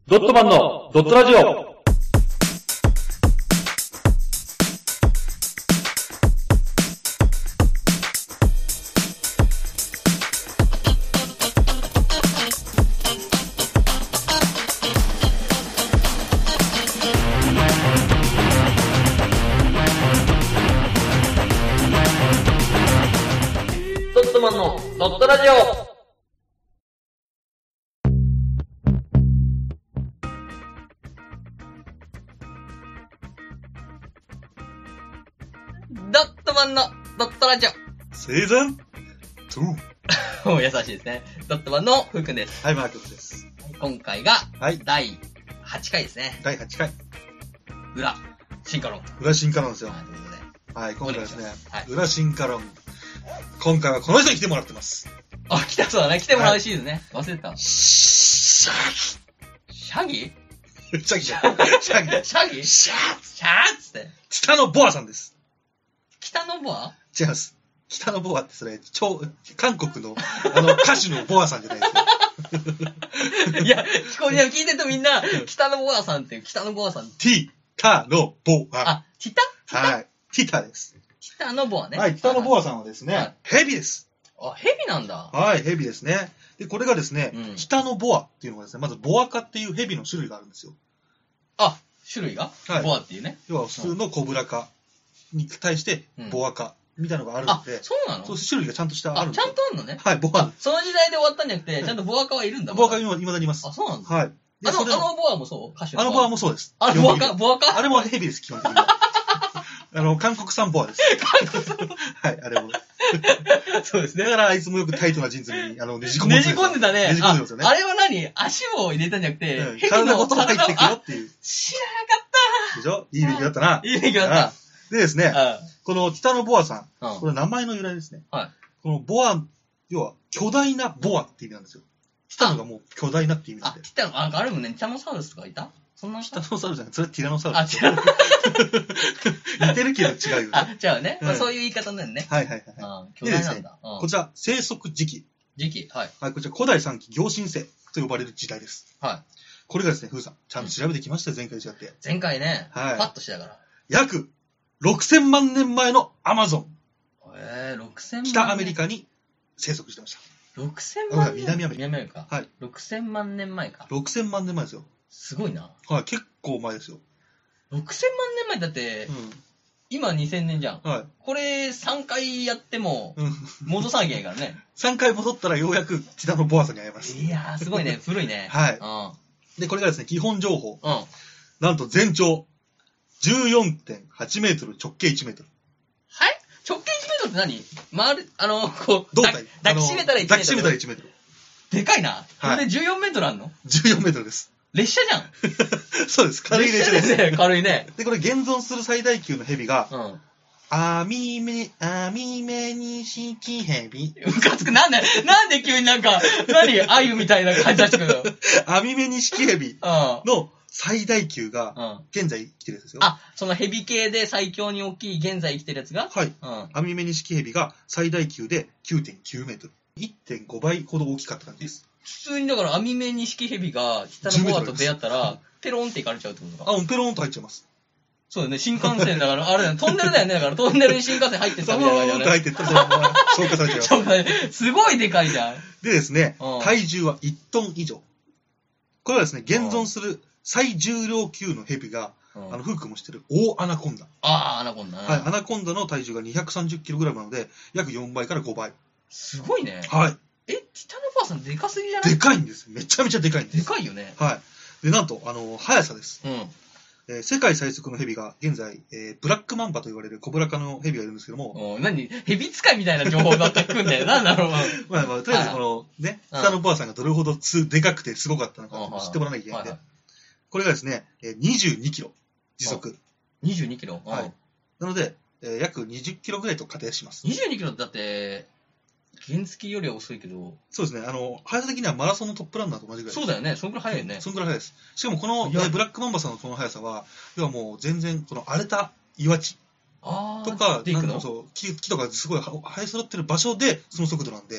ドットマンのドットラジオ。 ドットマンのドットラジオ。ドットマンのドットラジオ。 シーズン 2。 もう優しいですね。ドットマンのふうくんです。 はい、マークです。 今回がはい第8回ですね。 第8回。 裏進化論。 裏進化論ですよ。 ということで。 はい、今回はですね、 はい裏進化論。今回はこの人に来てもらってます。 あ、来たそうだね。来てもらうシーズンね。忘れてた。 シャシャギギシャギじゃん。シャギ。 シャギシャーシャーっつって。 北のボアさんです。 北のボア違います。北のボアってそれ、韓国の、歌手のボアさんじゃないですよ。 いや、聞いてるとみんな、北のボアさんっていう、北のボアさん。 ティタのボア。 あ、北はい。ティタです。 北のボアね。 はい、北のボアさんはですはいね、ヘビです。 あ、ヘビなんだ。 はい、ヘビですね。で、これがですね、 うん北のボアっていうのがですね、まずボア科っていうヘビの種類があるんですよ。 あ、種類が、 はいボアっていうね。 要は普通のコブラ科に対してボア科みたいなのがあるのあ、 で、 そうなのそう種類がちゃんとしたああ、ちゃんるんですよ。 とあるのね。 はい、ボア。 その時代で終わったんじゃなくて、ちゃんとボア科はいるんだ。 ボア科まだ未だにいます。 あ、そうなんだ。 はい。でそれのボアもそう歌手のボアもそうです。 あれボア科ボア科あれもヘビです、基本的には。韓国産ボアです。はい、あれも。 そうですだからあいつもよくタイトなジーンズにねじ込ねじ込んでたね。 ねじ込んでますよね。 あれは何足を入れたんじゃなくて、ヘビ体のごと入ってくよっていう。 知らなかでしょいい勉強だったな。 った。いい勉強だっでですね、 た。 この北のボアさん、 うん。 これ名前の由来ですね。 はい。 このボア、要は巨大なボアって意味なんですよ。北のがもう巨大なって意味なんあ、 で。 来たの、あれもね、ティラノサウルスとかいたそんなティラノサウルスじゃない。それティラノサウルあ、 ス。 ティラノ似てるけど違うよね。 あ、違うね。まあうんそういう言い方だよね。 はいはいはい。 巨大なんだ。 こちら、生息時期。 時期。はい。 はい、こちら古代3期行神世と呼ばれる時代です。 はい。 これがですね、風さん、ちゃんと調べてきましたよ、前回と違って。 前回ね、 はいパッとしてたから。 約6000万年前のアマゾン、 6000万年。 北アメリカに生息してました。 6000万年。 南アメリカ。 南アメリカ。 はい。 6000万年前か。 6000万年前ですよ。 すごいな。 はい、結構前ですよ。 6000万年前だって、 う今2000年じゃん。 ん。はい。 これ3回やっても、 うん。 戻さなきゃいけないからね。 3回戻ったらようやく北のボアさんに会えます。 いやー、すごいね。古いね。 はいで、これがですね、基本情報。 うん。うん。 なんと全長 14.8 メートル、直径1メートル。 はい直径1メートルって何こう、 胴体。 抱きしめたら1メートル。 抱きしめたら1メートル。 でかいな。 はいこれで14メートルあんの 14メートルです。 列車じゃん。 そうです。軽い列車です。 ね。軽いね。 で、これ現存する最大級のヘビが、 うん。 アミメニシキヘビ。 ムカつく。なんで急に何アユみたいな感じ出してくるのアミメニシキヘビうん。 の最大級が、 うん。 現在生きてるやつですよ。 あ、そのヘビ系で最強に大きい現在生きてるやつがはい。 うん。 アミメニシキヘビが最大級で 9.9 メートル。1.5 倍ほど大きかった感じです。 普通にだから網目ニシキヘビが北のボアと出会ったら、ペロンって行かれちゃうってことか。 あ、ペロンと入っちゃいます。 そうだよね。新幹線だから、あれだよね。トンネルだよね。だからトンネルに新幹線入ってったそみたいな感じだよね。 のまま入ってったらそのまま消化されちゃいます。 そうだねすごいでかいじゃん。 でですねうん、 体重は1トン以上。これはですね、現存する最重量級のヘビが、 うんフークも知ってる大アナコンダ。 あー、アナコンダね。 はい、アナコンダの体重が 230kg なので、約4倍から5倍。 すごいね。 はい。 北のボアさんでかすぎじゃないでかいんです。めちゃめちゃでかいんで。 ですかいよね。 はい。で、なんと、速さです。 うん。 世界最速のヘビが、現在、ブラックマンバと言われるコブラ科のヘビがいるんですけども、 何ヘビ使いみたいな情報だったら来るんだよ。なんだろう。 まあ、とりあえずこの、ね、北のボアさんがどれほどでかくてすごかったのかうん知ってもらわなきゃいけないんではい、 これがですね、22キロ、時速。 22キロ。 はい。なので、約20キロぐらいと仮定します。 22キロだって、原付よりは遅いけど。 そうですね。速さ的にはマラソンのトップランナーと同じぐらいです。 そうだよね。そんくらい速いよね。 そんぐらい速いです。しかもこの、 いやブラックマンバさんのこの速さは、要はもう全然、この荒れた岩地あーとか、 で行くのそう木とかすごい生え揃ってる場所で、その速度なんで。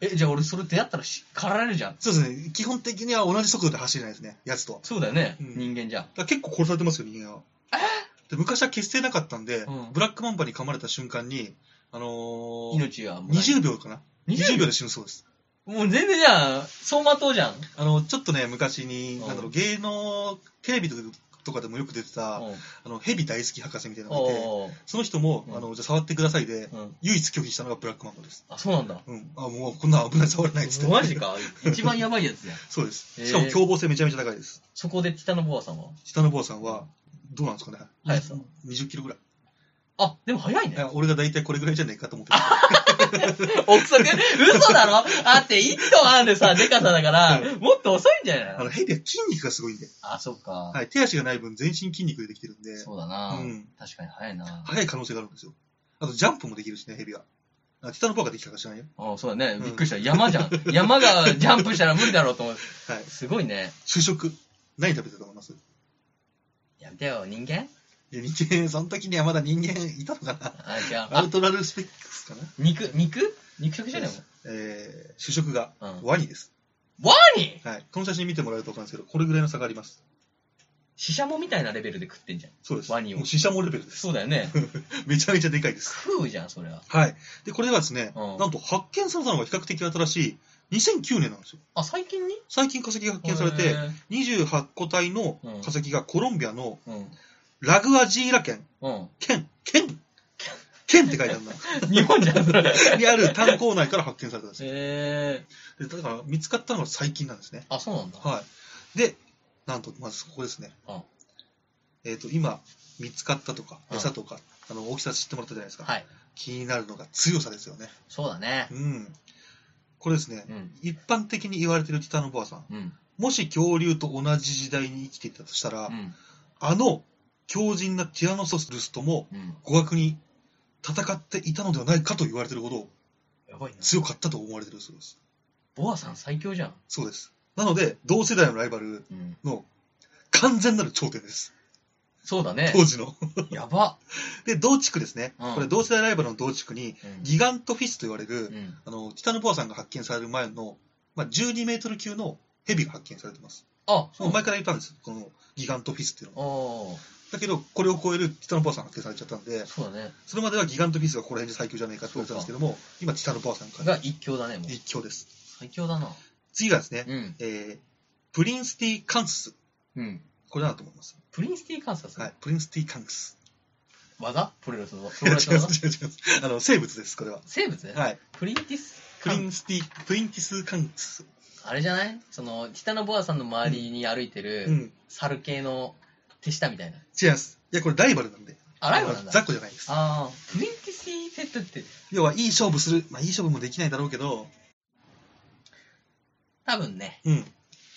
じゃあ俺それ出会ったら狩られるじゃん。 そうですね。基本的には同じ速度で走れないですね。やつとは。 そうだよね。 うん人間じゃん。 だから結構殺されてますよ、人間は。で昔は血清なかったんで、 うんブラックマンバに噛まれた瞬間に、 命はもう 20秒かな 20 ?20 秒で死ぬそうです。 もう全然じゃん。走馬灯じゃん。 ちょっとね、昔に、 うん芸能、テレビとかでもよく出てた、ヘビ大好き博士みたいなのがいて、 おーその人も、 うんじゃあ触ってくださいで、 うん。 唯一拒否したのがブラックマンバです。 あ、そうなんだ。 うん。もうこんな危ない触れないっつって。 マジか。一番やばいやつじゃん。 そうです。 へーしかも凶暴性めちゃめちゃ高いです。 そこでティタノボアさんは下の坊さんは、どうなんですかね。 速さ 20キロぐらい。 あ、でも早いね。 俺が大体これぐらいじゃねえかと思って憶測嘘だろあって1トンあるさ、でかさだから、もっと遅いんじゃないのヘビは筋肉がすごいんで。 あ、そっか。 はい。手足がない分全身筋肉でできてるんで、 そうだな、 うん確かに早いな。 速い可能性があるんですよ。あとジャンプもできるしね、ヘビは。ティタノボアができたか知らないよ。 あ、そうだね。 うんびっくりした。山じゃん。山がジャンプしたら無理だろうと思う。 はい。 すごいね。 主食。何食べたと思います？ やめてよ、人間いや、人間、その時にはまだ人間いたのかな。 あ、違う。 アルトラルスペックスかな。 肉食じゃね主食がえもん。うん。 ワニです。 ワニはい。この写真見てもらうと分かるんですけど、これぐらいの差があります。 シシャモみたいなレベルで食ってんじゃん。 そうです。 ワニをもうシシャモレベルです。 そうだよね。 めちゃめちゃでかいです。 食うじゃん、それは。 はい。で、これはですね、 うんなんと発見されたのが比較的新しい2009年なんですよ。 あ、最近に最近化石が発見されて、28個体の化石がコロンビアのうん。 ラグアジーラ県、 うん。 県って書いてあるんだ。 日本じゃん、それ。 にある炭鉱内から発見されたんですよ。 へでだから見つかったのが最近なんですね。 あ、そうなんだ。 はい。で、なんと、まずここですね。 うん今、見つかったとか、 うん餌とか、大きさ知ってもらったじゃないですか。 はい。 気になるのが強さですよね。 そうだね。 うん。これですね、 うん。 一般的に言われているティタノボアさん、 うん。 もし恐竜と同じ時代に生きていたとしたら、 うん。 強靭なティラノサウルスともうん。 互角に戦っていたのではないかと言われているほどやばいな。 強かったと思われているそうです。 ボアさん最強じゃん。 そうです。なので、同世代のライバルうん。 の完全なる頂点です。 そうだね。 当時の。 やば。 で、同地区ですね。 うんこれ同世代ライバルの同地区に、 うん。 ギガントフィスと言われる、 うん。 ティタノボアさんが発見される前の、12メートル級のヘビが発見されてます。 あ、 もう前から言ったんですこのギガントフィスっていうのは。 おー。 だけど、これを超えるティタノボアさんが発見されちゃったんで、 そうだね。 それまではギガントフィスがここら辺で最強じゃないかって言われてたんですけども、今ティタノボアさんからが一強だね、もう。 一強です。 最強だな。 次がですね、 うん。 プリンスティカンスス。 うん。 これだと思います。 プリンスティーカンサスはい、プリンスティカンス。 技プロレスの。プいや違う違うロレスの技違う。生物です、これは。 生物はい。 プリンティスプリンティスカンス。 あれじゃないティタノボアさんの周りに歩いてうる、 ん。 猿系の手下みたいな。 違います。いや、これライバルなんで。 あ、ライバルなんだ。 雑魚じゃないです。 ああ、プリンティスフェットって、 要は、いい勝負する。いい勝負もできないだろうけど、 多分ね、 うん。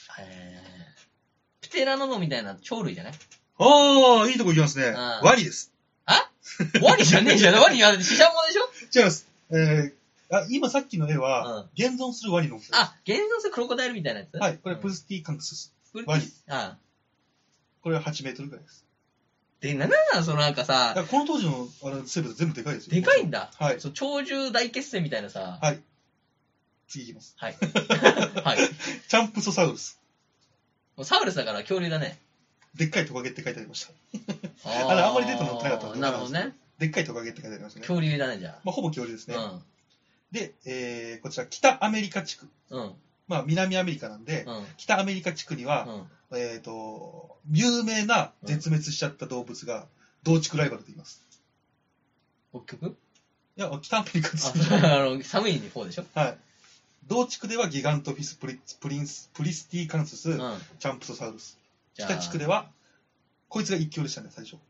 プテラノドみたいな鳥類じゃないああ、いいとこ行きますね。 あーワニです。 ワニじゃねえじゃん。ワニはシシャモでしょ違います。今さっきの絵は、現存するワニの大きさです。 あ、現存するクロコダイルみたいなやつはい、これプリンスティカンスです。 プリワニああ。 これは8メートルぐらいです。 で、なんなのなんかださか、らこの当時の生物全部でかいですよ。 でかいんだ。 はい。 そう、鳥獣大決戦みたいなさ。 はい。次いきます。 はい。はい。 チャンプソサウルス。 もうサウルスだから恐竜だね。 でっかいトカゲって書いてありました。 ああんまりデータ載ってなかったんでなるほどね。 でっかいトカゲって書いてありましたね。 恐竜だね、じゃほぼ恐竜ですね。 あ。 で、こちら北アメリカ地区。 うん。うん。 南アメリカなんで、 うん。 北アメリカ地区には、 うん。 有名な絶滅しちゃった動物が同地区ライバルと言います。 北極いや、北アメリカです。 寒い方でしょはい。同地区ではギガントフィスプリスティカンスス、 うん。 チャンプソサウルス。 じゃあ北地区では、こいつが一強でしたね、最初。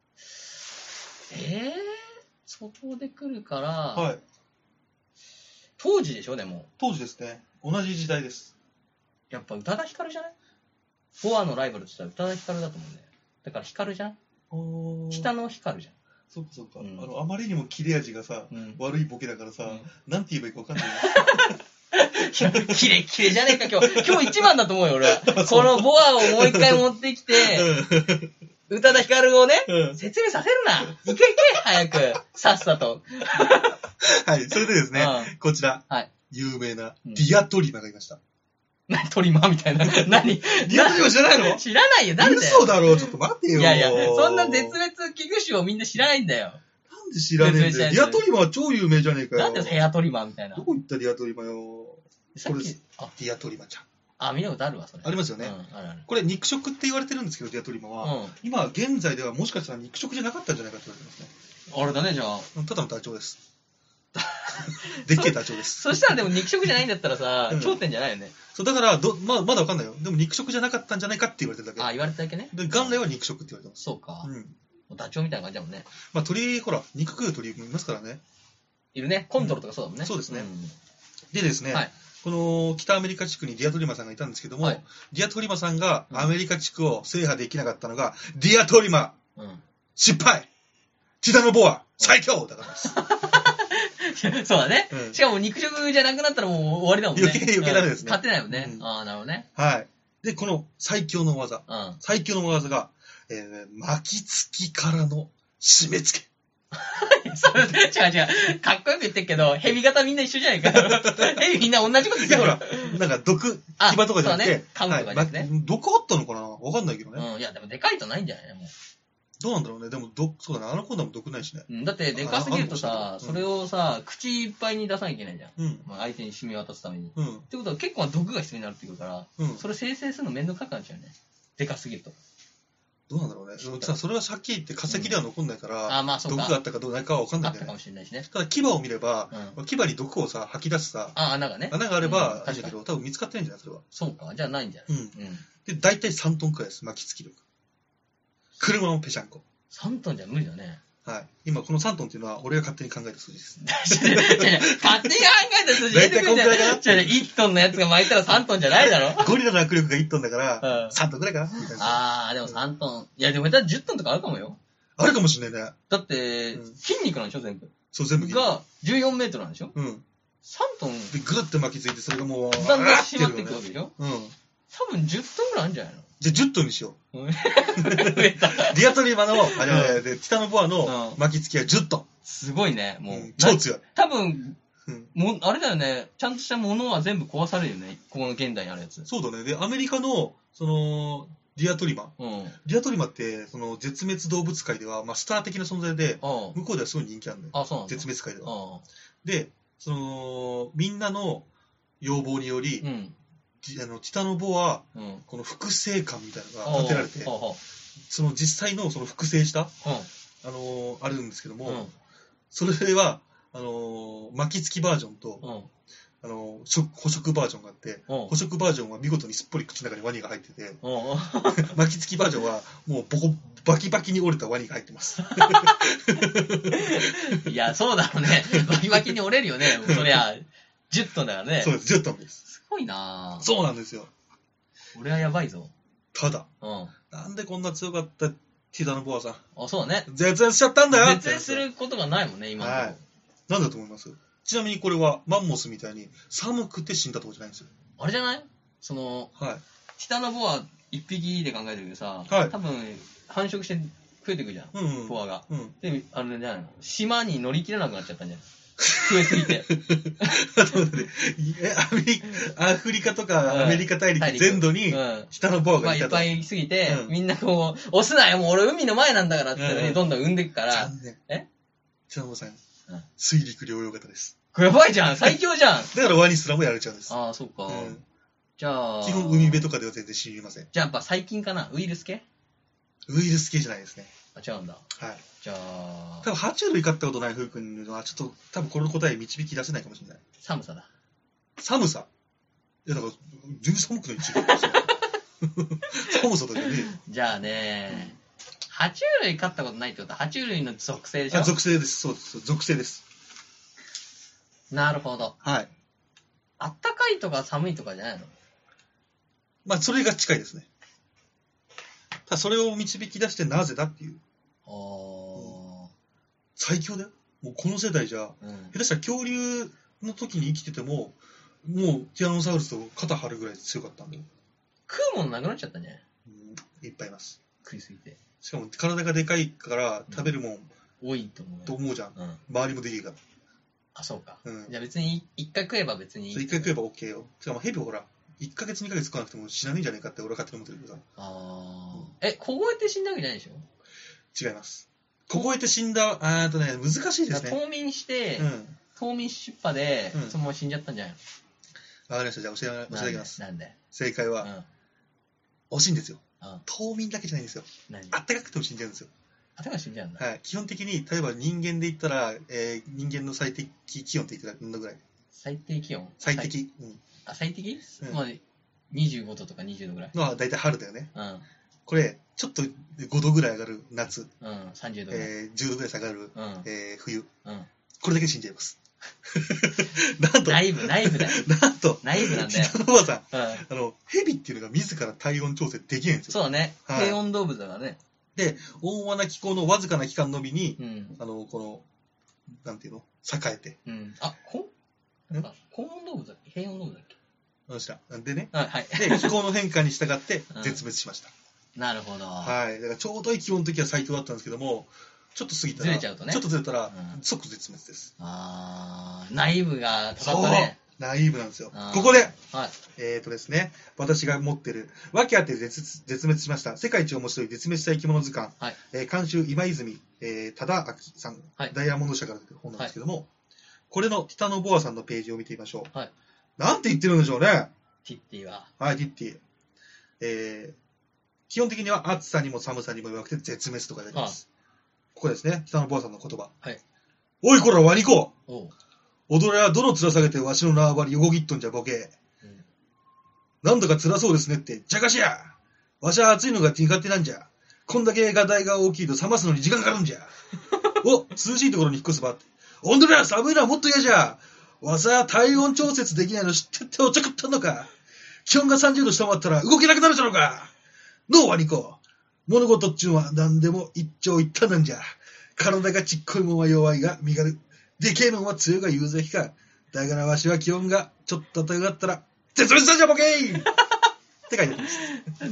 外で来るから、 はい。 当時でしょでも。 当時ですね、同じ時代です。 やっぱ宇多田ヒカルじゃないボアのライバルって言ったら宇多田ヒカルだと思うんだよ。だからヒカルじゃん北のヒカルじそうかそうか、 うんあまりにも切れ味がさ、 ゃん。うん。 悪いボケだからさ、なんて言えばいいか分かんないよ。 キレッキレじゃねえか、今日。今日一番だと思うよ、俺は。このボアをもう一回持ってきて、宇多田ヒカルをね、 うん説明させるな。いけいけ、早く。さっさと。 はい、それでですね、こちら、 はい。 有名なディアトリマがいました。 何トリマーみたいな。何ディアトリマ知らないの？ 知らないよ。なんで？ 嘘だろ、ちょっと待ってよ。 いやいや、そんな絶滅危惧種をみんな知らないんだよ。 なんで知らねえんだよ。ディアトリマは超有名じゃねえかよ。 なんでヘアトリマーみたいな。 どこ行ったディアトリマよ。 さっき、 ディアトリマちゃん。 あ、見たことあるわ、それ。 ありますよね。 あるある。 これ肉食って言われてるんですけど、ディアトリマは。今、現在ではもしかしたら肉食じゃなかったんじゃないかって言われてますね。 あれだね、じゃあ。 ただのダチョウです。でっけえダチョウです。 そしたらでも肉食じゃないんだったらさ、頂点じゃないよね。 そう、だからまだわかんないよ。でも肉食じゃなかったんじゃないかって言われてるだけ。 あ、言われただけね。 で、元来は肉食って言われてます。 そうか。ダチョウみたいな感じだもんね。 まあ鳥、ほら、肉食う鳥もいますからね。 いるね。コンドルとかそうだもんね。 そうですね。でですね、この北アメリカ地区にディアトリマさんがいたんですけども、ディアトリマさんがアメリカ地区を制覇できなかったのが、ディアトリマ、失敗、ティタノボア、最強だからです。 そうだね。しかも肉食じゃなくなったらもう終わりだもんね。 余計ダメですね。 勝てないもんね。ああ、なるほどね。 はい。で、この最強の技。最強の技が、巻きつきからの締め付け。 違う。かっこよく言ってるけど、ヘビ型みんな一緒じゃないか。ヘビみんな同じこと言ってる。 ほら、なんか毒、牙とかじゃなくて、 噛むとかじゃなくて。 毒あったのかなわかんないけどね。 いや、でもでかいとないんじゃないもう。 どうなんだろうね。でも、そうだね。アナコンダも毒ないしね。 だって、でかすぎるとさ、それをさ、口いっぱいに出さなきゃいけないじゃん。相手に染み渡すために。ってことは結構毒が必要になってくるから、それ生成するのめんどくさくなっちゃうね。でかすぎると。 どうなんだろうね。それはさっき言って化石では残んないから、毒があったかどうないかはわかんないんだよね。 あったかもしれないしね。 ただ、牙を見れば、牙に毒をさ、吐き出すさ、穴があれば、だけど、多分見つかってないんじゃないそれは。 そうか。じゃあないんじゃない？ で、大体3トンくらいです。巻きつき力。車もぺしゃんこ。 3トンじゃ無理だね。 はい。今、この3トンっていうのは、俺が勝手に考えた数字です。 勝手に考えた数字。大体こんくらいかな。1トンのやつが巻いたら3トンじゃないだろ。 ゴリラの握力が1トンだから、3トンくらいかなみたいな。 あー、でも3トン。いや、でも10トンとかあるかもよ。 あるかもしれないね。 だって、筋肉なんでしょ、全部。 そう、全部筋肉。が14メートルなんでしょ。3トン。 で、ぐるって巻きついて、それがもう、 だんだん締まっていくわけでしょ。多分10トンぐらいあるんじゃないの？ じゃあ10トンにしよう。 増えた。 ディアトリマの、ティタノボアの巻きつきは10トン。 すごいね、もう。 超強い。 多分、あれだよね、ちゃんとしたものは全部壊されるよね、ここの現代にあるやつ。 そうだね。で、アメリカの、ディアトリマ。ディアトリマって、絶滅動物界では、まあ、スター的な存在で、向こうではすごい人気あるのよ。 あ、そうなんだ。 絶滅界では。で、みんなの要望により、ティタノボア、この複製館みたいなのが建てられて、実際の複製した、あるんですけども、それは、巻きつきバージョンと、捕食バージョンがあって、捕食バージョンは見事にすっぽり口の中にワニが入ってて、巻きつきバージョンはもうバキバキに折れたワニが入ってます。 いや、そうだろうね。バキバキに折れるよね。そりゃ、10トンだからね。 そうです、10トンです。 すごいなぁ。 そうなんですよ。 俺はやばいぞ。 ただ、なんでこんな強かったティタノボアさん。 あ、そうだね。 絶滅しちゃったんだよ。 絶滅することがないもんね、今のところ。 なんだと思います？ちなみにこれはマンモスみたいに寒くて死んだとこじゃないんですよ。 あれじゃない？ティタノボア1匹で考えてるけどさ、多分繁殖して増えてくじゃん、ボアが。で、あれじゃないの？島に乗り切れなくなっちゃったんじゃん。増えすぎて。 アフリカとかアメリカ大陸全土にティタノボアがいたと。 いっぱいいすぎて、みんなこう、押すなよ、もう俺海の前なんだからってどんどん産んでいくから。 ティタノボアさん、水陸両用型です。 これやばいじゃん、最強じゃん。 だからワニすらもやられちゃうんです。 ああ、そうか。じゃあ。 基本海辺とかでは全然死にません。 じゃあやっぱ細菌かな？ウイルス系？ ウイルス系じゃないですね。 あ、違うんだ。 はい。 じゃあ。 多分、爬虫類飼ったことない風君は、ちょっと、多分この答え導き出せないかもしれない。 寒さだ。 寒さ？いや、だから、全然寒くない。違う。寒さだよね。 じゃあね、爬虫類飼ったことないってことは、爬虫類の属性でしょ？ 属性です。そうです。属性です。 なるほど。 はい。 あったかいとか寒いとかじゃないの？ まあ、それが近いですね。ただ、それを導き出してなぜだっていう。最強だよ。もうこの世代じゃ、下手したら恐竜の時に生きてても、もうティラノサウルスと肩張るぐらい強かったんだよ。 食うものなくなっちゃったんじゃない？ いっぱいいます。 食いすぎて。 しかも体がでかいから食べるもん、 多いと思うじゃん。周りもできるから。 あ、そうか。じゃあ別に一回食えば別にいい。 一回食えば OK よ。しかもヘビほら、1ヶ月2ヶ月食わなくても死なねえんじゃねえかって俺は勝手に思ってるけどさ。 凍えて死んだわけじゃないでしょ？違います。凍えて死んだ、難しいですね。 冬眠して、冬眠出荷で、そのまま死んじゃったんじゃないの？ わかりました。じゃあ教えてあげます。 なんで？ 正解は、惜しいんですよ。冬眠だけじゃないんですよ。あったかくても死んじゃうんですよ。 あったかく死んじゃうんだ。 はい。基本的に、例えば人間で言ったら、人間の最適気温って言ったら何度ぐらい？ 最低気温？ 最適。 最適？まあ、25度とか20度ぐらい。 のは大体春だよね。これ、ちょっと5度ぐらい上がる夏。 30度ぐらい。 10度ぐらい下がる冬。これだけ死んじゃいます。なんと、 内部だよ。 なんと、 内部なんだよ。 北のおばさん、ヘビっていうのが自ら体温調整できないんですよ。 そうだね。低温動物だからね。 で、温和な気候のわずかな期間のみに、この、なんていうの？栄えて。 高温動物だっけ？低温動物だっけ？ でね、 で、 気候の変化に従って絶滅しました。 なるほど。 はい。だからちょうどいい気温の時は最強だったんですけども、ちょっと過ぎたら、 ずれちゃうとね。 ちょっとずれたら、即絶滅です。 内部が高かったね。 ナイーブなんですよ。ここで、ですね、私が持ってる、訳あって絶滅しました、世界一面白い絶滅した生き物図鑑、監修今泉忠明さん、ダイヤモンド社から出てる本なんですけども、これのティタノボアさんのページを見てみましょう。なんて言ってるんでしょうね。 ティッティは。 はい、ティッティ。基本的には暑さにも寒さにも弱くて絶滅とかであります。ここですね、ティタノボアさんの言葉。おいこらワニコ、踊れはどの面下げてわしの縄張り横切っとんじゃボケ。なんだか辛そうですねって、じゃかしや。わしは暑いのが苦手なんじゃ。こんだけガタイが大きいと冷ますのに時間かかるんじゃ。お、涼しいところに引っ越すばって。おんどりゃ寒いのはもっと嫌じゃ。わしは体温調節できないの知ってってお茶食ったのか。気温が30度下回ったら動けなくなるじゃろうか。のうワニコ。物事っちゅうのは何でも一長一短なんじゃ。体がちっこいもんは弱いが身軽。でけえもんは強いが有ぜきか。だからわしは気温がちょっと高かったら絶滅したんじゃボケーって書いてあります。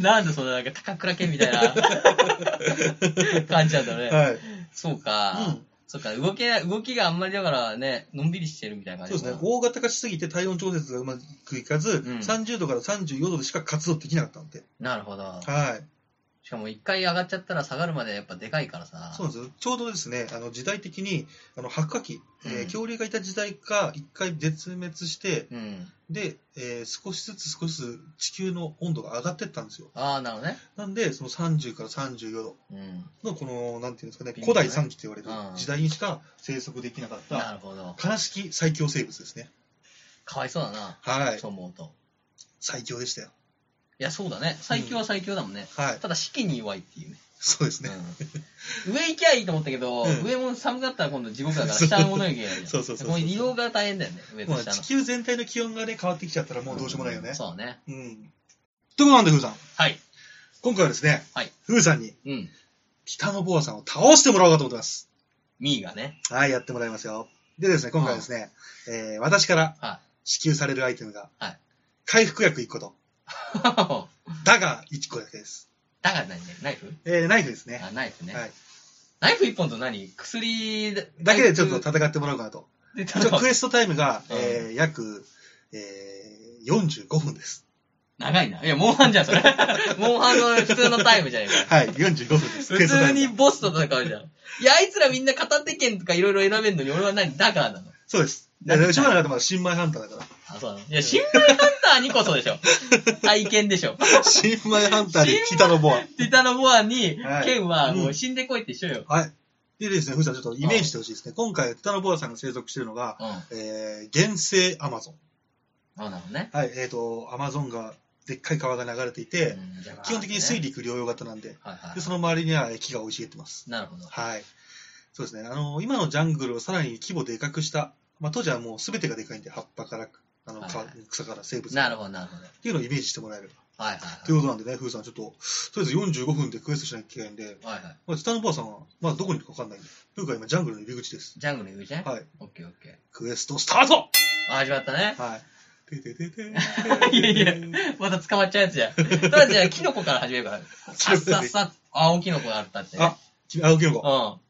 なんでそんな高倉健みたいな感じなんだろうね。はい。そうか。そうか、動きがあんまりだからね、のんびりしてるみたいな感じ。 そうですね。大型化しすぎて体温調節がうまくいかず、30度から34度でしか活動できなかったんで。 なるほど。 はい。 しかも一回上がっちゃったら下がるまでやっぱでかいからさ。 そうなんですよ。ちょうどですね、時代的に、白化期、恐竜がいた時代が一回絶滅して、で、少しずつ地球の温度が上がっていったんですよ。 ああ、なるほどね。 なんで、その30から34度のこの、なんていうんですかね、古代3期と言われる時代にしか生息できなかった、 なるほど。 悲しき最強生物ですね。 かわいそうだな。 はい。 そう思うと。 最強でしたよ。 いや、そうだね。最強は最強だもんね。ただ、四季に弱いっていうね。 そうですね。 上行きゃいいと思ったけど、上も寒かったら今度地獄だから下ものよきゃいけない。 そう。 この移動が大変だよね、上と下の。 地球全体の気温がね、変わってきちゃったらもうどうしようもないよね。 そうね。 ということなんで、ふうさん。 はい。 今回はですね、ふうさんに、ティタノボアさんを倒してもらおうかと思ってます。 ミーがね。 はい、やってもらいますよ。でですね、今回はですね、私から支給されるアイテムが、回復薬1個と、だが1個だけです。 だが何？ナイフ？ ナイフですね。 ナイフね。はい。ナイフ1本と何？薬だけでちょっと戦ってもらおうかなと。クエストタイムが、約、45分です。 長いな。いや、モンハンじゃん、それ。モンハンの普通のタイムじゃないか。 はい、45分です。 普通にボスと戦うじゃん。いや、あいつらみんな片手剣とかいろいろ選べるのに、俺は何？ダガーなの。 そうです。しょうがなかったら新米ハンターだから。 あ、そうなの。いや、新米ハンターにこそでしょ。体験でしょ。 新米ハンターにティタノボア。 ティタノボアに、剣はもう死んでこいって一緒よ。 はい。でですね、ふうさんちょっとイメージしてほしいですね。今回、ティタノボアさんが生息しているのが、原生アマゾン。 あ、なるほどね。 はい、アマゾン川、でっかい川が流れていて、基本的に水陸両用型なんで、でその周りには木が生い茂ってます。 なるほど。 はい。そうですね。今のジャングルをさらに規模でかくした、当時はもう全てがでかいんで、葉っぱから、草から生物から。 なるほど、なるほど。 っていうのをイメージしてもらえれば。 はいはい。 ということなんでね、ふうさん、ちょっと、とりあえず45分でクエストしなきゃいけないんで、ティタノボアさんは、どこにいるか分かんないんで、ふうか今、ジャングルの入り口です。 ジャングルの入り口ね。 はい。 オッケーオッケー。 クエストスタート！ 始まったね。 はい。 いやいや、また捕まっちゃうやつじゃん。とりあえず、キノコから始めるから。さっさっさっ、青キノコがあったって。 青キノコ。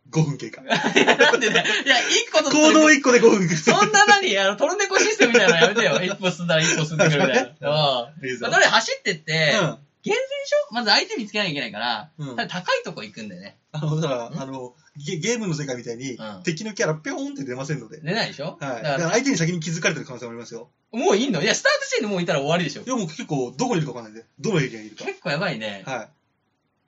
5分経過。 いや、なんでだよ。いや、1個と行動1個で5分。 そんなトルネコシステムみたいなのやめてよ。一歩進んだら一歩進んでくるみたいな。とりあえず走ってって、厳選でしょまず相手見つけなきゃいけないから、高いとこ行くんだよね。 だから、ゲームの世界みたいに、敵のキャラピョーンって出ませんので。 出ないでしょはい。だから相手に先に気づかれてる可能性もありますよ。 もういいのいや、スタート地点でもういたら終わりでしょ。 いや、もう結構、どこにいるかわかんないんで。どのエリアにいるか。 結構やばいね。 はい。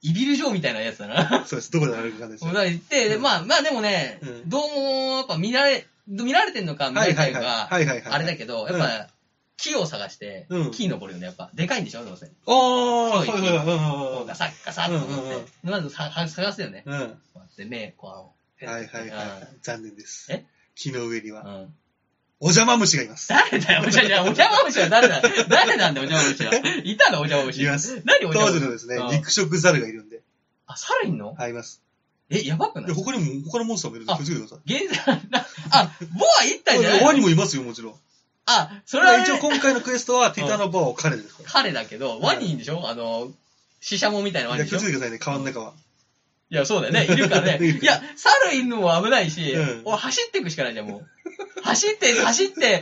イビル城みたいなやつだな。 そうです。どこでなれるかわかんないですよ。 だから行って、まあでもね、どうも、やっぱ見られてんのか見られてるのか、あれだけど、やっぱ、木を探して、木登るよね、やっぱ。でかいんでしょどうせ。 はいはいはい。 ガサッガサッと思って。まず探すよね。こうやって目、こう。 はいはいはい。残念です。 え木の上には。お邪魔虫がいます。 誰だよ、お邪魔虫は誰なんだよ、お邪魔虫は。いたの、お邪魔虫。 います。 何、お邪魔虫。 当時のですね、肉食ザルがいるんで。 あ、猿いんのいます。 やばくない他のモンスターもいるんで気をつけてください。 ボア行ったんじゃないのワニもいますよ、もちろん。 それは一応今回のクエストは、ティタノボアを彼ですから。 彼だけど、ワニいいんでしょシシャモみたいなワニでしょ。 気をつけてくださいね、川の中は。 いや、そうだよね。いるからね。いや、猿いるのも危ないし、俺走っていくしかないじゃん、もう。走って、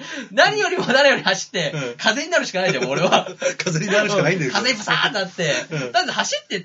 何よりも誰より走って、風になるしかないじゃん、俺は。 風になるしかないんだよ。 風ブサーってなって。だって走ってって、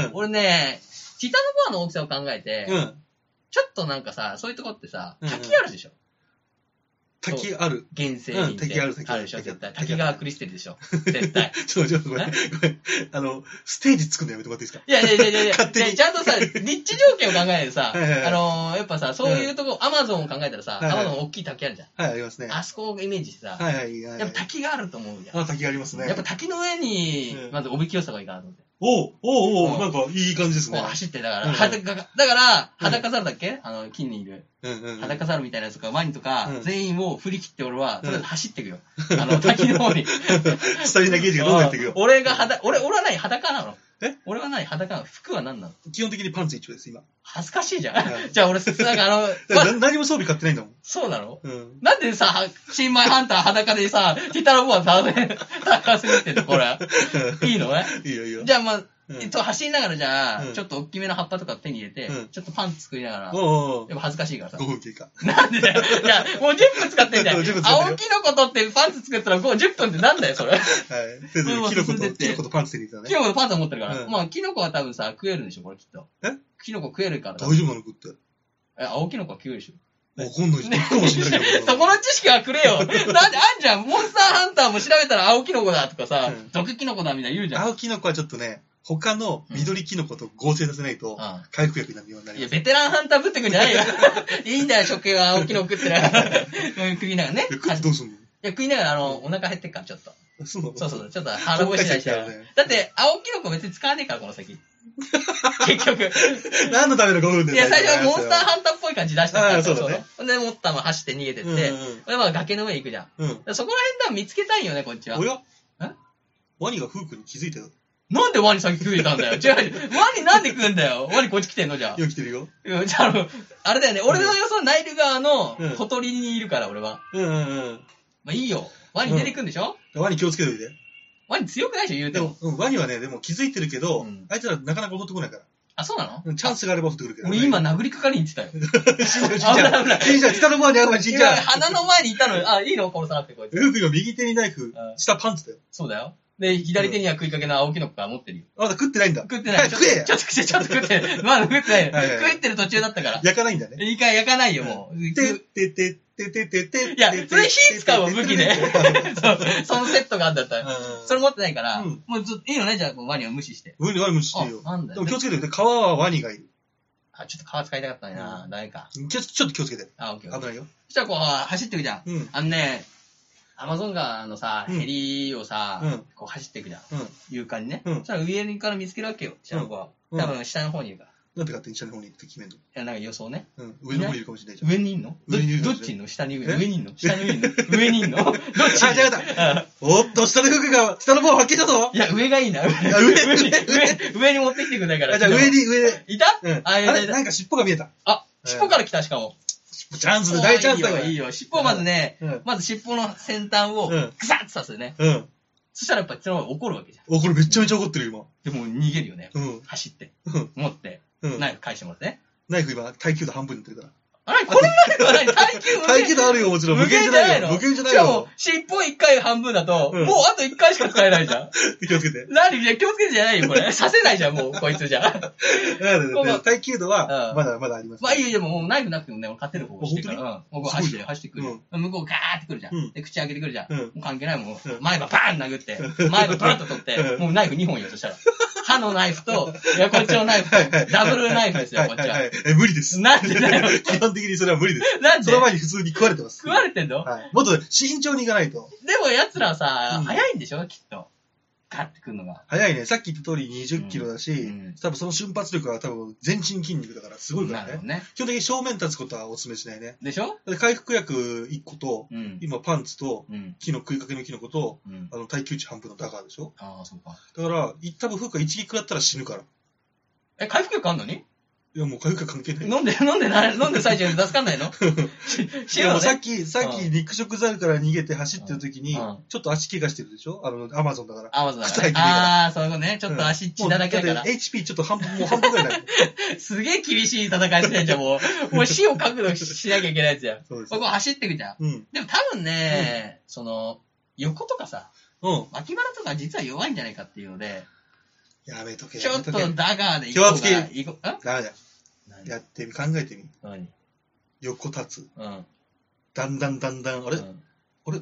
俺ね、ティタノボアの大きさを考えて、ちょっとなんかさ、そういうとこってさ、滝あるでしょ。 滝ある。 原生林って。あるでしょ、絶対。滝川クリステルでしょ。絶対。 ちょっとごめん。ステージ作るのやめてもらっていいですか？ いや。勝手に。ちゃんとさ、立地条件を考えてさ、やっぱさ、そういうとこ、アマゾンを考えたらさ、アマゾン大きい滝あるじゃん。 はい、ありますね。 あそこをイメージしてさ、やっぱ滝があると思うじゃん。 滝がありますね。 やっぱ滝の上に、まずおびき寄せた方がいいかなと思って。 なんかいい感じですね。 走って、だから、裸猿だっけ木にいる。裸猿みたいなやつとか、ワニとか、全員を振り切って俺は、とりあえず走っていくよ。滝の方に。 スタミナゲージがどんどんやっていくよ。 俺は何裸なの？俺は何裸なの？服は何なの？ 基本的にパンツ一丁です、今。 恥ずかしいじゃん。じゃあ俺、 何も装備買ってないんだもん。 そうなの？なんでさ、新米ハンター裸でさ、ティタノボア倒せるってんのこれ。いいのね？ いいよ。 じゃあまあ、走りながらじゃあ、ちょっと大きめの葉っぱとか手に入れて、ちょっとパンツ作りながら、やっぱ恥ずかしいからさ。 5分経過。 なんでだよ。いや、もう10分使ってんだよ。青キノコ取ってパンツ作ったら10分ってなんだよ、それ。はい。 キノコとパンツ手に入れたね。 キノコとパンツ持ってるから。まあ、キノコは多分さ、食えるんでしょ、これきっと。キノコ食えるから。 大丈夫なの食って。 青キノコは食えるでしょ。 わかんないし、かもしれないけど。 そこの知識はくれよ。なんであんじゃん。モンスターハンターも調べたら青キノコだとかさ、毒キノコだみたいな言うじゃん。 青キノコはちょっとね、他の緑キノコと合成させないと、回復薬になるようになります。 いや、ベテランハンターぶってくんじゃないよ。いいんだよ、食用青キノコ食ってながら。食いながらね。 食ってどうすんの？いや、食いながらお腹減ってっから、ちょっと。 そう、ちょっと腹ごしらえして。だって、青キノコ別に使わねえから、この先。結局。 何のための5分でいや、最初はモンスターハンターっぽい感じ出してた。そうだね。で、持ったの走って逃げてって、で、まあ崖の上行くじゃん。そこら辺多分見つけたいよね、こっちは。 おや？ワニがフークに気づいたよ。 なんでワニ先食えたんだよ。違う。ワニなんで食うんだよ。ワニこっち来てんのじゃあ。 いや、来てるよ。 じゃあ、あれだよね。俺の予想ナイル川の小鳥にいるから、俺は。まあいいよ。ワニ出てくんでしょ？ ワニ気をつけといて。 ワニ強くないでしょ、言うても。 ワニはね、でも気づいてるけど、あいつらなかなか襲ってこないから。 あ、そうなの？ チャンスがあれば襲ってくるけど。 俺今殴りかかりに行ってたよ。 死んじゃう。下の前に会う前に死んじゃう。 鼻の前にいたのよ。あ、いいの殺さなくてこいつ。 フークの右手にナイフ、下パンツだよ。 そうだよ。で、左手には食いかけの青キノコから持ってるよ。 まだ食ってないんだ。 食ってない。 食えちょっと食って。まだ食ってない。食ってる途中だったから。 焼かないんだね。 焼かないよ、もう。いや、それ火使うわ、武器で。そのセットがあんだったら。それ持ってないから、もうずっといいのね、じゃあワニは無視して。 ワニ無視していいよ。 なんだよ。 でも気をつけて、川はワニがいる。 あ、ちょっと皮使いたかったな。ダメか。 ちょっと気をつけて。 あ、オッケー。 危ないよ。 そしたらこう、走っていくじゃん。アマゾン川のさ、ヘリをさ、こう走っていくじゃん。床にね。そしたら上から見つけるわけよ、下の子は。多分下の方にいるから。 なんで勝手に下の方に行って決めんの？いや、なんか予想ね。 上の方にいるかもしれないじゃん。 上にいんの？どっちいんの？下にいるの？上にいんの？下にいんの？上にいんの？どっち？ あ、違ったおっと、下の服が、下の方発見したぞ。 いや、上がいいな。上に持ってきてくれないから。 じゃあ上。 いた？ あれ、なんか尻尾が見えた。 あ、尻尾から来た、しかも。 チャンスで大チャンスだよ。 いいよ。尻尾をまずね、まず尻尾の先端を、グサッと刺すよね。そしたらやっぱそのまま怒るわけじゃん。 これめちゃめちゃ怒ってるよ、 今。でも逃げるよね。 うん。 走って。持って。ナイフ返してもらってね。 ナイフ今、耐久度半分になってるから。 あれこんなナイフは何耐久度あるよ、もちろん。無限じゃないよ。無限じゃないよ。 しかも、尻尾1回半分だと、もうあと1回しか使えないじゃん。 気をつけて。 何気をつけてじゃないよ、これ。刺せないじゃん、もう、こいつじゃ。 耐久度は、まだあります。 まあいいよ、もうナイフなくてもね、俺勝てる方してるから。もう走ってくる。向こうガーってくるじゃん。で、口開けてくるじゃん。もう関係ないもん。前歯バーン殴って、前歯パラッと取って、もうナイフ2本よ、そしたら。歯のナイフと、いや、こっちのナイフと、ダブルナイフですよ、こっちは。 無理です。 なんでだよ。 基本的にそれは無理です。 なんでその前に普通に食われてます。 食われてんのはい。もっと慎重にいかないと。 でも奴らはさ、早いんでしょきっと。ガッてくるのが。 早いね。さっき言った通り20キロだし、多分その瞬発力は多分全身筋肉だからすごいからね。基本的に正面立つことはお勧めしないね。 でしょ回復薬1個と、今パンツと、食いかけのキノコと、耐久値半分のダガーでしょああ、そうか。 だから、多分フークが一撃食らったら死ぬから。 回復薬あんのにいや、もう回復薬関係ない。 飲んで最中に助かんないのいや、もうさっき肉食ザルから逃げて走ってる時に、ちょっと足怪我してるでしょアマゾンだから。 アマゾンだから。ああ、そういうことね。ちょっと足血だらけだから。 HP ちょっともう半分ぐらいになる。 すげえ厳しい戦いしてんじゃん、もう。もう死を覚悟しなきゃいけないやつやん。ここ走ってくじゃん。でも多分ね、横とかさ、脇腹とか実は弱いんじゃないかっていうので、 やめとけ。 ちょっとダガーで行こうが。ダメだよ。やってみ、考えてみ。 何横立つ。だんだん、あれ巻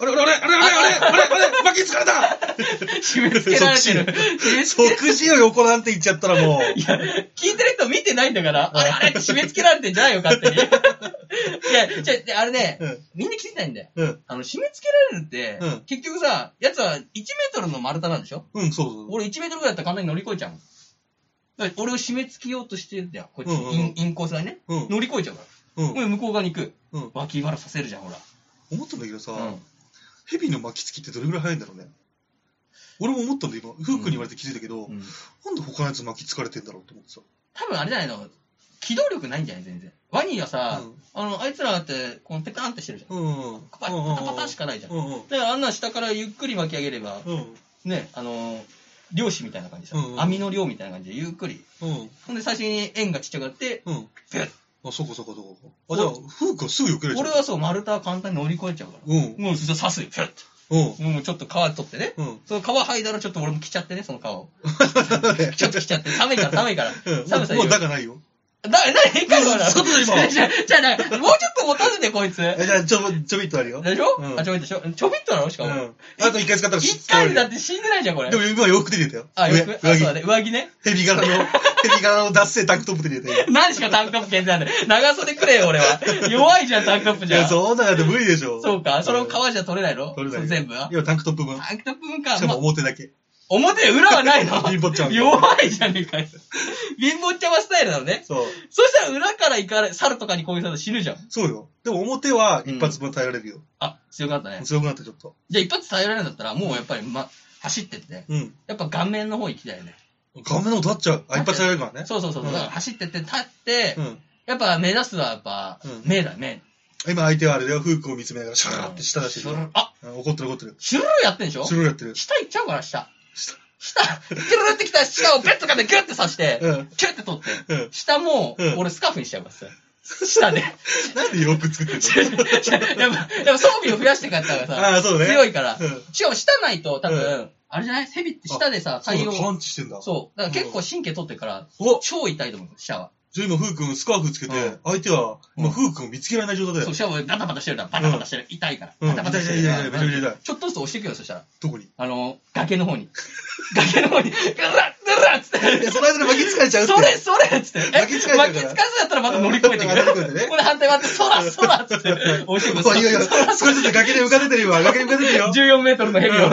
きつかれた締め付けられてる。 即死を横なんて言っちゃったらもう。 いや、聞いてる人見てないんだから、あれって締め付けられてんじゃないよ、勝手に。いや、あれね、みんな聞いてないんだよ。締め付けられるって、結局さ、やつは1メートルの丸太なんでしょそう。 俺1メートルぐらいだったら簡単に乗り越えちゃうもん。俺を締め付けようとしてるんだよ、こっち。インコースがね。乗り越えちゃうから。向こう側に行く。脇腹させるじゃん、ほら。 思ったんだけどさ、ヘビの巻きつきってどれぐらい早いんだろうね。俺も思ったんだ今、フークに言われて気づいたけど、なんで他のやつ巻きつかれてんだろうと思ってさ。 多分あれじゃないの、機動力ないんじゃない全然。ワニはさ、あいつらだって、このペタンってしてるじゃん。パタしかないじゃん。だからあんな下からゆっくり巻き上げれば、ね、漁師みたいな感じさ、網の漁みたいな感じでゆっくり。ほんで最初に円がちっちゃくなって、ピュッ。 あ、そこ。あ、じゃあ、フークはすぐ避けれちゃう。 俺はそう、丸太は簡単に乗り越えちゃうから。もう刺すよ、ピュッと。もうちょっと皮取ってね。その皮剥いだらちょっと俺も着ちゃってね、その皮を。ちょっと着ちゃって、寒いから。寒さもうだがないよ。 何外で今。じゃあ、もうちょっと持たせて、こいつ。じゃあ、ちょびっとあるよ。 でしょちょびっとなのしかも。 あと一回使ったら一回でだって死んでないじゃん、これ。 でも今洋服で入れたよ。 あ、そうだね。上着ね。 ヘビ柄の脱線タンクトップで入れたよ。 何しかタンクトップ限定なんだよ。長袖くれよ、俺は。弱いじゃん、タンクトップじゃん。いや、 そうなんだって無理でしょ。 そうか。その皮じゃ取れないの取れない。全部は。 いや、タンクトップ分。 タンクトップ分か。 しかも表だけ。 表、裏はないの貧乏ちゃん。 弱いじゃねえかよ。貧乏ちゃまスタイルなのね。 そう。 そしたら裏から行かれ、猿とかに攻撃されたら死ぬじゃん。 そうよ。でも表は一発分耐えられるよ。 あ、強くなったね。 強くなったちょっと。 じゃあ一発耐えられるんだったら、もうやっぱり走ってって。やっぱ顔面の方行きたいよね。 顔面の方立っちゃう。一発耐えられるからね。 そう。だから走ってって立って、やっぱ目指すはやっぱ、目だ、目。 今相手はあれだよ、フークを見つめながらシャーって舌出してる。あ、怒ってる。 シュルルやってんでしょシュルルやってる。 下行っちゃうから、下。キュルルってきた下をペットかでギュッて刺して、キュッて取って、下も、俺スカーフにしちゃいます。下で。 なんで洋服作ってんのやっぱ装備を増やしてかったからさ、強いから。しかも下ないと多分、あれじゃないヘビって下でさ、対応。 パンチしてんだ。 そう。だから結構神経取ってるから、超痛いと思う、下は。 じゃあ今、フー君スカーフつけて、相手は、今、フー君を見つけられない状態だよ。 そう、しかもバタバタしてるから、バタバタしてる。痛いから。バタバタしてる。痛い。ちょっとずつ押していくよ、そしたら。 どこに崖の方に。崖の方に、ぐらっつって。 いや、その間で巻きつかれちゃうって。 それっつって。巻きつかずやったらまた乗り越えてくる。これ反対回って、そらっつって。押していく。 いや、少しずつ崖に浮かべてるよ。 14メートルのヘビを。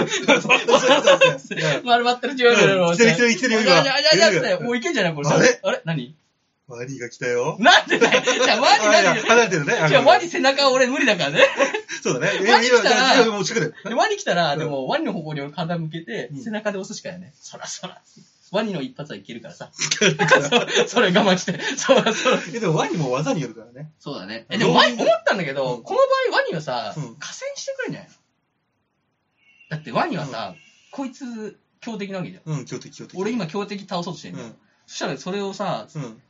丸まってる14メートルの。 来てるよ、今。 じゃあ、もういけんじゃないこれ。あれ何ワニが来たよ。 なんでだよ。じゃあ、ワニ離れてるね。 じゃあ、ワニ背中は俺無理だからね。 そうだね。 ワニ来たら、 もう近くで。 ワニ来たら、でも、ワニの方向に体向けて、背中で押すしかないね。そら。ワニの一発はいけるからさ。それ我慢して。そら。 でもワニも技によるからね。 そうだね。でも、思ったんだけど、この場合ワニはさ、加戦してくれんじゃないの？だってワニはさ、こいつ、強敵なわけじゃん。 強敵。 俺今強敵倒そうとしてんだよ。そしたらそれをさ、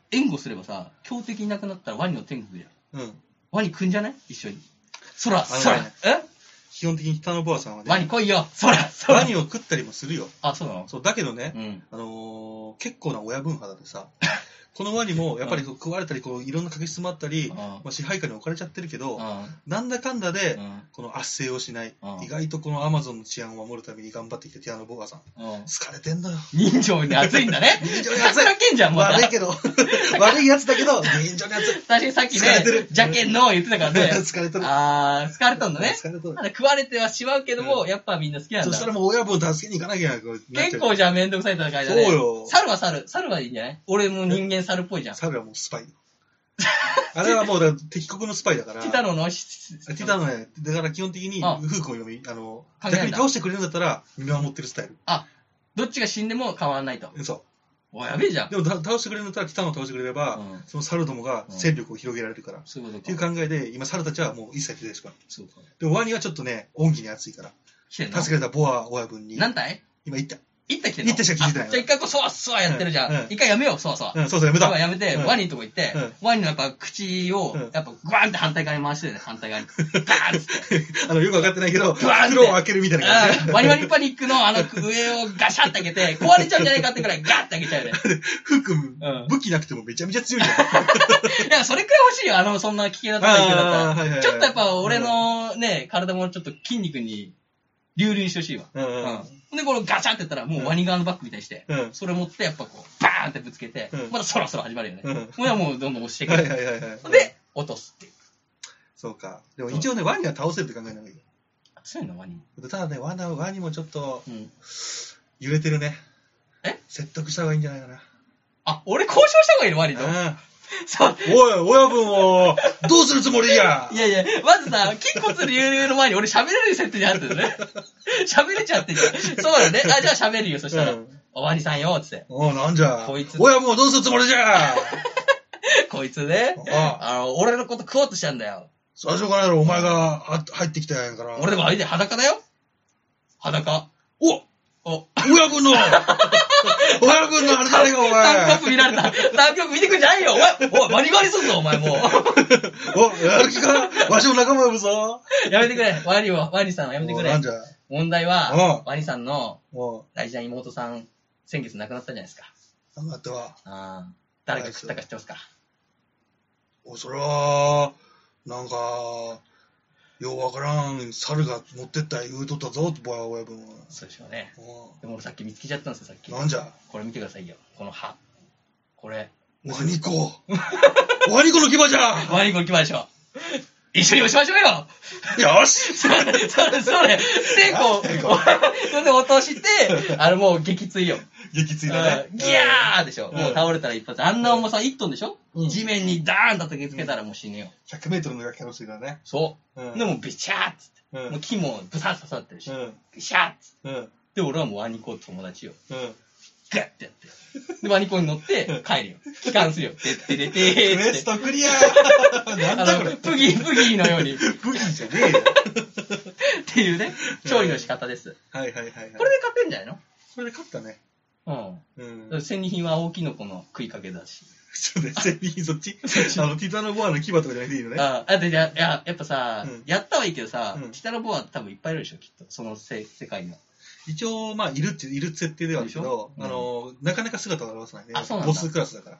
援護すればさ、強敵いなくなったらワニの天国じゃん。うん。ワニ来んじゃない一緒に。空、 基本的に北のボアさんはね。 ワニ来いよワニを食ったりもするよ。 あ、そうなの？ そう、だけどね、結構な親分肌でさ、このワニもやっぱり食われたり、こういろんな確執もあったり、支配下に置かれちゃってるけど、なんだかんだで、この圧政をしない、意外とこのアマゾンの治安を守るために頑張ってきたティアノボアさん。疲れてんだよ。 人情に熱いんだね。 人情に熱い。 けんじゃん、もう。 悪いけど。悪いやつだけど、人情に熱い。 確かにさっきね、ジャケンの言ってたからね。 疲れてる。 疲れたんだね。食われてはしまうけども、やっぱみんな好きなんだ。 そしたらもう親分助けに行かなきゃいけない。 結構じゃあめんどくさい戦いだね。 そうよ。 猿はいいんじゃない？俺も人間猿っぽいじゃん。 猿はもうスパイ。あれはもう敵国のスパイだから。 ティタノのティタノね。だから基本的に、フー君を逆に倒してくれるんだったら見守ってるスタイル。 あ、どっちが死んでも変わらないと。 そう。 お、やべえじゃん。 でも倒してくれるんだったらティタノを倒してくれれば、その猿どもが戦力を広げられるから。そういうことか。っていう考えで、今猿たちはもう一切出てしまう。そうか。でもワニはちょっとね、恩義に熱いから。助けられたボア親分に。 何体？ 今1体。 1体来てんの？ 1体しか気づいてない。 じゃあ一回こう、そわやってるじゃん。一回やめよう、そわ。 そうやめた。 やめて、ワニのとこ行って、ワニのやっぱ口を、やっぱグワンって反対側に回してね、反対側に。バーンって。 よくわかってないけど、袋を開けるみたいな感じ。ワニワニパニックの上をガシャって開けて、壊れちゃうんじゃないかってくらいガッて開けちゃうよね。 フー君、武器なくてもめちゃめちゃ強いじゃん。 いや、それくらい欲しいよ、そんな危険なとこ行くんだったら。ちょっとやっぱ俺のね、体もちょっと筋肉に、流々にしてほしいわ。で、このガチャってやったら、もうワニ側のバッグみたいにして、それ持って、やっぱこう、バーンってぶつけて、まだそろそろ始まるよね。もうどんどん押していく。で、落とすっていう。 そうか。でも一応ね、ワニは倒せるって考えない方がいい。 強いの、ワニ。 ただね、ワニもちょっと、揺れてるね。説得した方がいいんじゃないかな。 あ、俺交渉した方がいいの、ワニと。 そう。おい、親分を、どうするつもりやいやいや、まずさ、筋骨流の前に俺喋れる設定にあるんだよね。喋れちゃってんじゃん。そうだね。じゃあ喋るよ、そしたら。おワニさんよ、つって。 なんじゃ。こいつ。親分をどうするつもりじゃこいつね、俺のこと食おうとしたんだよ。 最初からやろ、お前が入ってきたやんから。 俺でもあれで裸だよ。裸。 親分の親分のあれ誰がお前。 単曲見られた。単曲見てくんじゃないよ。おい、バリバリすんぞ、お前もう。 やる気かわしも仲間呼ぶぞ。 やめてくれ。ワニさんはやめてくれ。 なんじゃ。 問題は、ワニさんの大事な妹さん、先月亡くなったじゃないですか。 亡くなったわ。 誰が食ったか知ってますか？ それは、なんか、ようわからん、猿が持ってった言うとったぞ、親分は。 そうでしょうね。でも俺さっき見つけちゃったんですよ、さっき。 なんじゃ？ これ見てくださいよ、この歯。これ。 ワニコワニコの牙じゃワニコの牙でしょ。一緒に押しましょうよよしそれ。で、こう、それで落として、もう撃墜よ。 撃墜だね。 ギャーでしょ。もう倒れたら一発。あんな重さ1トンでしょ？地面にダーンと叩きつけたらもう死ぬよ。 100メートルのキャノスだね。 そう。でもビチャーっつって。もう木もブサッ刺さってるし。ビシャーっつって。で、俺はもうワニコ友達よ。ガッてやって。で、ワニコに乗って帰るよ。帰還するよ。てって。 クエストクリアなんだこれ。 プギーのように。 プギーじゃねえよ。 っていうね、調理の仕方です。 はい。これで勝てんじゃないの？ これで勝ったね。 戦利品は青キノコの食いかけだし。 そうね、戦利品そっちティタノボアの牙とかじゃなくていいのね。 やっぱさ、やったはいいけどさ、ティタノボア多分いっぱいいるでしょ、きっと。その世界には。 一応、まあ、いる設定ではあるけど、なかなか姿を現さないね。ボスクラスだから。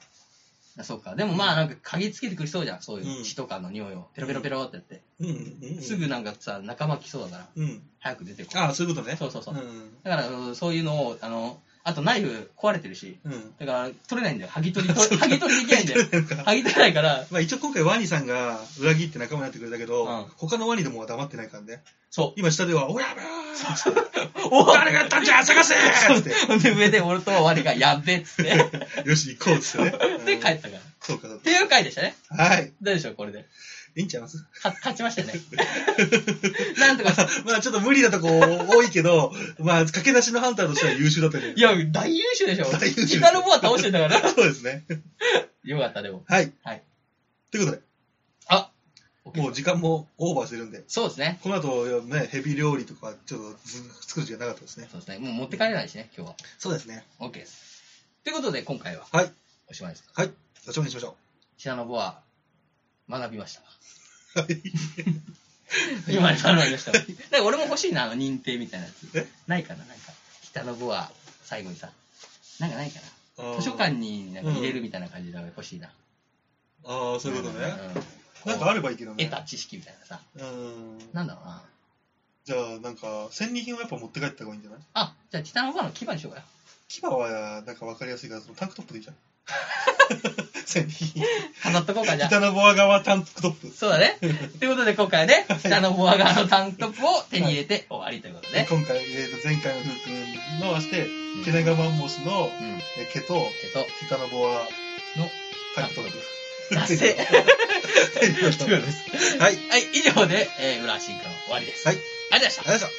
そうか。でもまあ、なんか嗅ぎつけてくりそうじゃん。そういう血とかの匂いを。ペロペロペロってやって。すぐなんかさ、仲間来そうだから。早く出てこい。 そういうことね。 そう。だから、そういうのを、あとナイフ壊れてるし、だから取れないんだよ。剥ぎ取りできないんだよ。剥ぎ取れないから。 まあ一応今回ワニさんが裏切って仲間になってくれたけど、他のワニどもは黙ってないからね。そう。今下では、おやべー誰がやったんじゃ探せーで、上で俺とワニがやっべっつって。 よし、行こうっつってね。 で、帰ったから。 そうか。 っていう回でしたね。 はい。 どうでしょう、これで。 いいんちゃいます？ 勝ちましたね。なんとか。 まあちょっと無理なとこ多いけど、まあ駆け出しのハンターとしては優秀だったね。 いや、大優秀でしょ。大優秀。ティタノボア倒してんだから。 そうですね。 よかった、でも。 はい。ということで。もう時間もオーバーしてるんで。 そうですね。 この後ね、ヘビ料理とかちょっと作る時間なかったですね。 そうですね。もう持って帰れないしね、今日は。 そうですね。 OK です。ということで、今回は。 はい。 おしまいです。 はい。 座長にしましょう。 ティタノボア、学びました。 はい。 今に学びました。だから俺も欲しいな、認定みたいなやつ。ないかな、なんか。ティタノボア、最後にさ。なんかないかな。図書館になんか入れるみたいな感じで欲しいな。 ああ、そういうことね。なんかあればいいけどね。 得た知識みたいなさ。なんだろうな。 じゃあ、なんか、戦利品をやっぱ持って帰った方がいいんじゃない？ あ、じゃあ、ティタノボアの牙にしようかよ。 牙は、なんか分かりやすいから、そのタンクトップでいいじゃん。戦利品。 飾っとこうか、じゃあ。 ティタノボア側タンクトップ。 そうだね。ということで、今回はね、ティタノボア側のタンクトップを手に入れて終わりということで。 今回、前回のフー君のして、ケネガマンモスの毛と、ティタノボアのタンクトップ。 達成。ということです。はい。はい、以上で、浦進化の終わりです。はい。ありがとうございました。 ありがとうございました。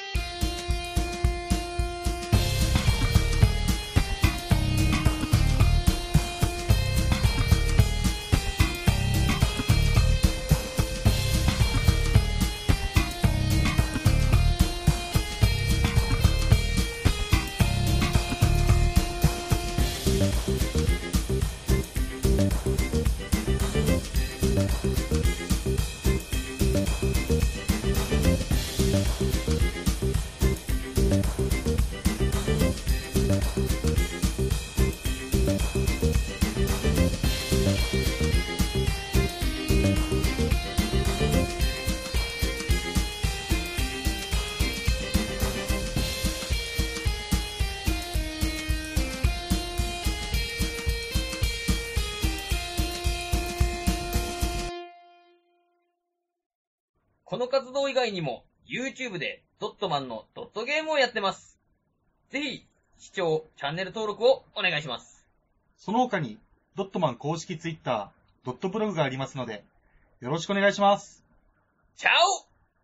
この活動以外にも YouTube でドットマンのドットゲームをやってます。ぜひ視聴、チャンネル登録をお願いします。 その他にドットマン公式 Twitter、ドットブログがありますのでよろしくお願いします。 チャオ